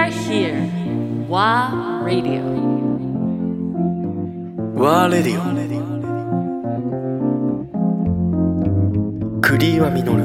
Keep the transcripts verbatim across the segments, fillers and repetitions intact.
are here. WA Radio. WA Radio。栗岩実。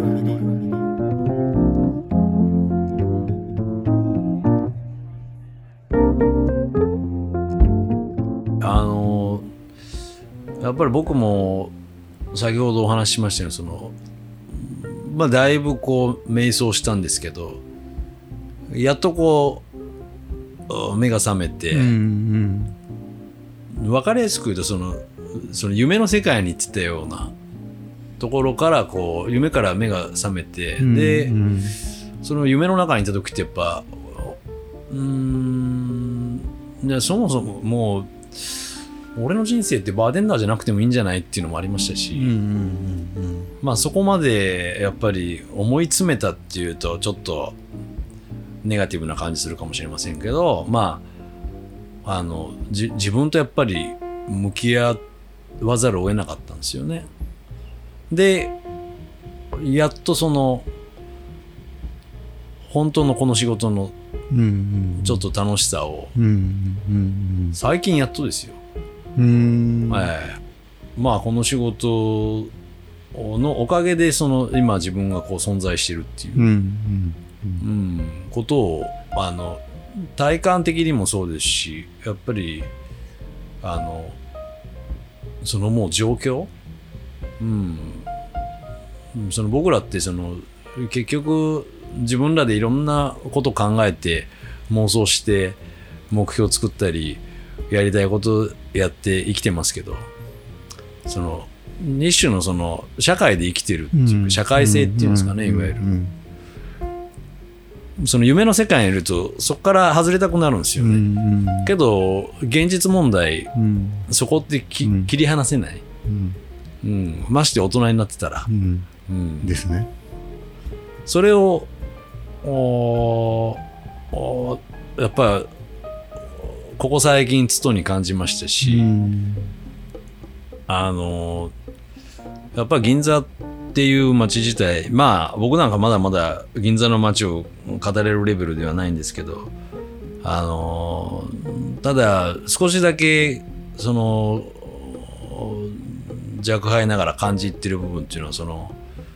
あのやっぱり僕も先ほどお話ししましたようにその、まあ、だいぶこう瞑想したんですけど、やっとこう目が覚めて、うんうん、分かりやすく言うとその、その夢の世界に行ってたようなところからこう夢から目が覚めて、うんうん、でその夢の中にいた時ってやっぱうーんそもそももう俺の人生ってバーテンダーじゃなくてもいいんじゃないっていうのもありましたし、うんうんうんうん、まあそこまでやっぱり思い詰めたっていうとちょっとネガティブな感じするかもしれませんけど、まああのじ自分とやっぱり向き合わざるを得なかったんですよね。でやっとその本当のこの仕事のちょっと楽しさを最近やっとですよ。うーん、えー、まあこの仕事のおかげでその今自分がこう存在してるっていう、うんうんうん、ことをあの体感的にもそうですし、やっぱりあのそのもう状況、うん、その僕らってその結局自分らでいろんなことを考えて妄想して目標を作ったりやりたいことやって生きてますけど、その一種のその社会で生きてるっていう、うん、社会性っていうんですかね、うん、いわゆる、うんうん、その夢の世界にいるとそこから外れたくなるんですよね、うんうん、けど現実問題、うん、そこってき、うん、切り離せない、うんうん、まして大人になってたら、うんうん、 ですね。 それをおおやっぱりここ最近つとに感じましたし、うん、あのやっぱり銀座っていう街自体、まあ僕なんかまだまだ銀座の街を語れるレベルではないんですけど、あのただ少しだけその若輩ながら感じてる部分っていうのはその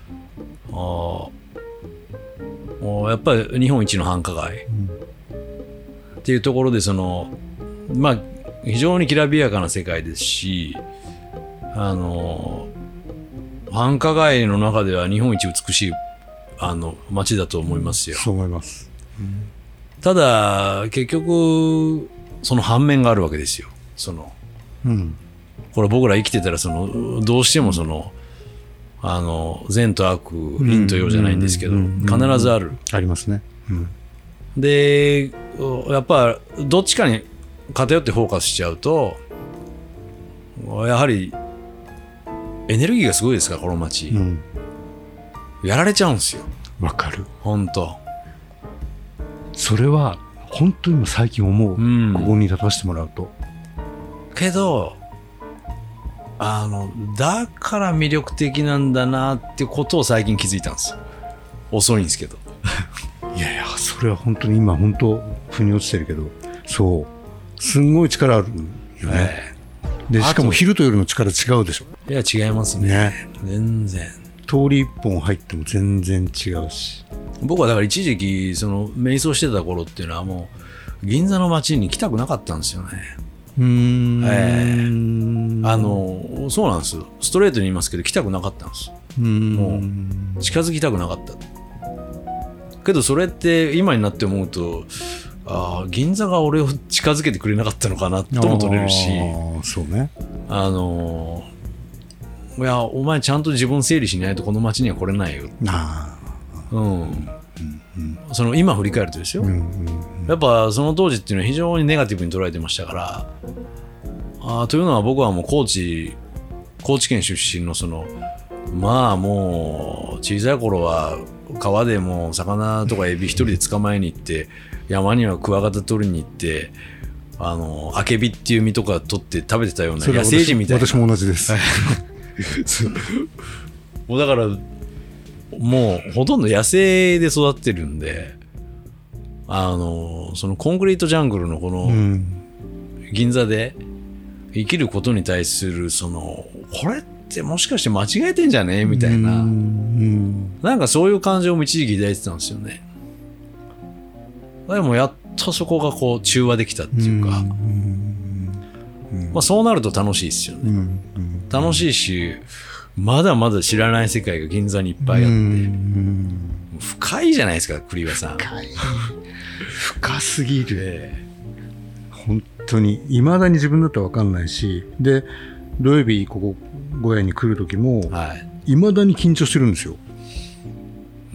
やっぱり日本一の繁華街っていうところでそのまあ非常にきらびやかな世界ですし、あの繁華街の中では日本一美しいあの街だと思いますよ。 そう思います、うん、 ただ結局その反面があるわけですよ。その、うん、これ僕ら生きてたらそのどうしてもそのあの善と悪、陰と陽じゃないんですけど、必ずある。 ありますね。うん、 でやっぱどっちかに偏ってフォーカスしちゃうとやはりエネルギーがすごいですからこの街、うん、やられちゃうんですよ。 わかる。 本当それは本当にも最近思う、うん、ここに立たせてもらうと。 けどあのだから魅力的なんだなってことを最近気づいたんですよ。遅いんですけどいやいやそれは本当に今本当腑に落ちてるけど、そうすんごい力あるよね、えー、でしかも昼と夜の力違うでしょ。 いや違いますね、ね全然。 通り一本入っても全然違うし、 僕はだから一時期その瞑想してた頃っていうのはもう銀座の街に来たくなかったんですよね。うーん、えー、あのそうなんですよ。ストレートに言いますけど来たくなかったんです。うーんもう近づきたくなかったけど、それって今になって思うとあ銀座が俺を近づけてくれなかったのかなとも取れるし、 あそうね、 あのいやお前ちゃんと自分整理しないとこの街には来れないよ。あ、うんうんうん、その今振り返るとですよ、うんうんうん、やっぱその当時っていうのは非常にネガティブに捉えてましたから、あというのは僕はもう高知高知県出身のそのまあもう小さい頃は川でもう魚とかエビ一人で捕まえに行って山にはクワガタ取りに行ってあのアケビっていう実とか取って食べてたような野生児みたいな。 私も同じですもうだからもうほとんど野生で育ってるんで、 あのそのコンクリートジャングルのこの銀座で生きることに対するそのこれってもしかして間違えてんじゃねみたいな、うん、なんかそういう感情も一時期抱いてたんですよね。でもやっとそこがこう中和できたっていうか、うんまあ、そうなると楽しいですよね、うん、楽しいしまだまだ知らない世界が銀座にいっぱいあって、うん、深いじゃないですか栗羽さん。 深い深すぎる、えー、本当に未だに自分だったら分かんないし、で土曜日ここ小屋に来る時も、はい、未だに緊張してるんですよ、うん、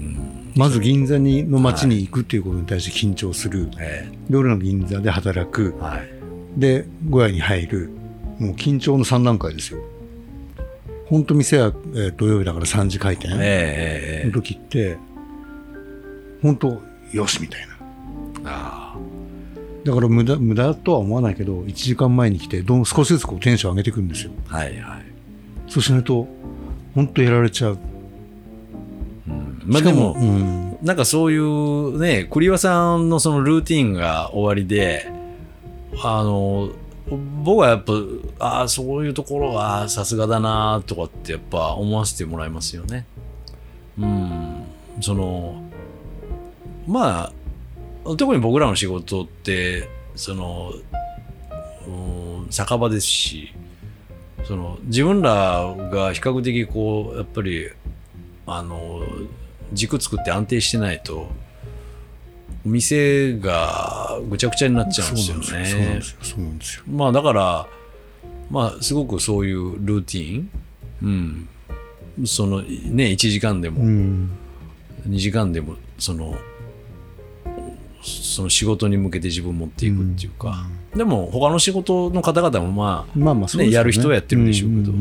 まず銀座にの街に行くっていうことに対して緊張する、はい、で俺らの銀座で働く、はい、で小屋に入る、もう緊張のさん段階ですよ。本当店は、えー、土曜日だからさんじ開店の時って、えー、本当よしみたいな。あだから無駄、無駄とは思わないけどいちじかんまえに来てどん少しずつこうテンション上げていくんですよ、はいはい、そうしないと本当やられちゃう、 うん、まあでも、うん、なんかそういうね栗羽さんのそのルーティンが終わりで、あの僕はやっぱああそういうところがさすがだなとかってやっぱ思わせてもらいますよね。うんそのまあ特に僕らの仕事ってその、うん、酒場ですし、その自分らが比較的こうやっぱりあの軸作って安定してないと店がぐちゃぐちゃになっちゃうんですよね。そうなんですよ。そうなんですよ。まあだからまあすごくそういうルーティン、うん、そのねいちじかんでも、うん、にじかんでもそのその仕事に向けて自分を持っていくっていうか、うん、でも他の仕事の方々もまあ、まあまあそうですね、やる人はやってるんでしょうけど、うんうんうん、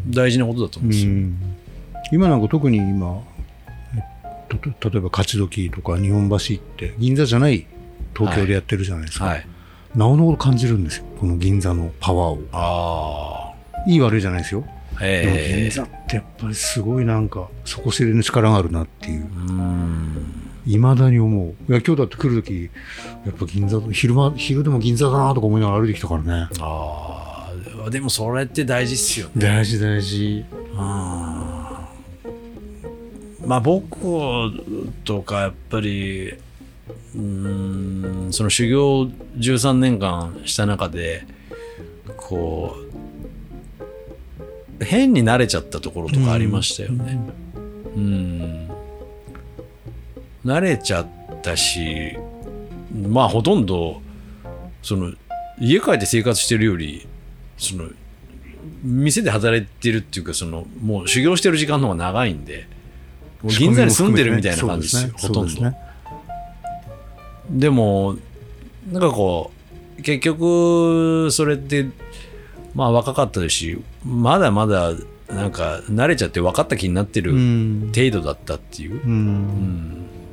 大事なことだと思うんですよ、うん、 今なんか特に今例えば勝どきとか日本橋って銀座じゃない東京でやってるじゃないですか、はいはい、なおのこと感じるんですよこの銀座のパワーを。あいい悪いじゃないですよ。でも銀座ってやっぱりすごいなんか底知れぬ力があるなっていう、いまだに思う。いや今日だって来るときやっぱ銀座昼間昼でも銀座だなとか思いながら歩いてきたからね。 ああでもそれって大事っすよね。 大事大事。 あまあ僕とかやっぱりうーんその修行じゅうさんねんかんした中でこう変に慣れちゃったところとかありましたよね。うん、うん慣れちゃったし、まあほとんどその家帰って生活してるよりその店で働いてるっていうかそのもう修行してる時間の方が長いんで、もう銀座に住んでるみたいな感じですよ、ほとんど。でもなんかこう結局それってまあ若かったですし、まだまだなんか慣れちゃって分かった気になってる程度だったっていう。うんうん